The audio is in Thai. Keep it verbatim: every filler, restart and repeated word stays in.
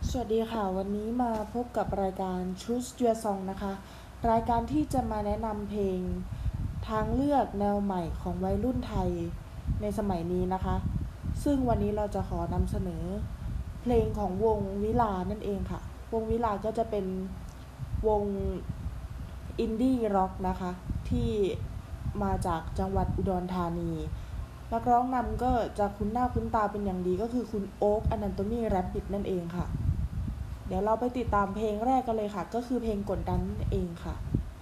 สวัสดีค่ะวันนี้มาพบกับรายการ Choose Your Song นะคะรายการที่จะมาแนะนำเพลงทางเลือกแนวใหม่ของวัยรุ่นไทยในสมัยนี้นะคะซึ่งวันนี้เราจะขอนำเสนอเพลงของวงวิลานั่นเองค่ะวงวิลาก็จะเป็นวงอินดี้ร็อกนะคะที่มาจากจังหวัดอุดรธานีนักร้องนำก็จะคุ้นหน้าคุ้นตาเป็นอย่างดีก็คือคุณโอ๊คอนันโตมีแรปปิดนั่นเองค่ะเดี๋ยวเราไปติดตามเพลงแรกกันเลยค่ะก็คือเพลงกดดันนั่นเองค่ะ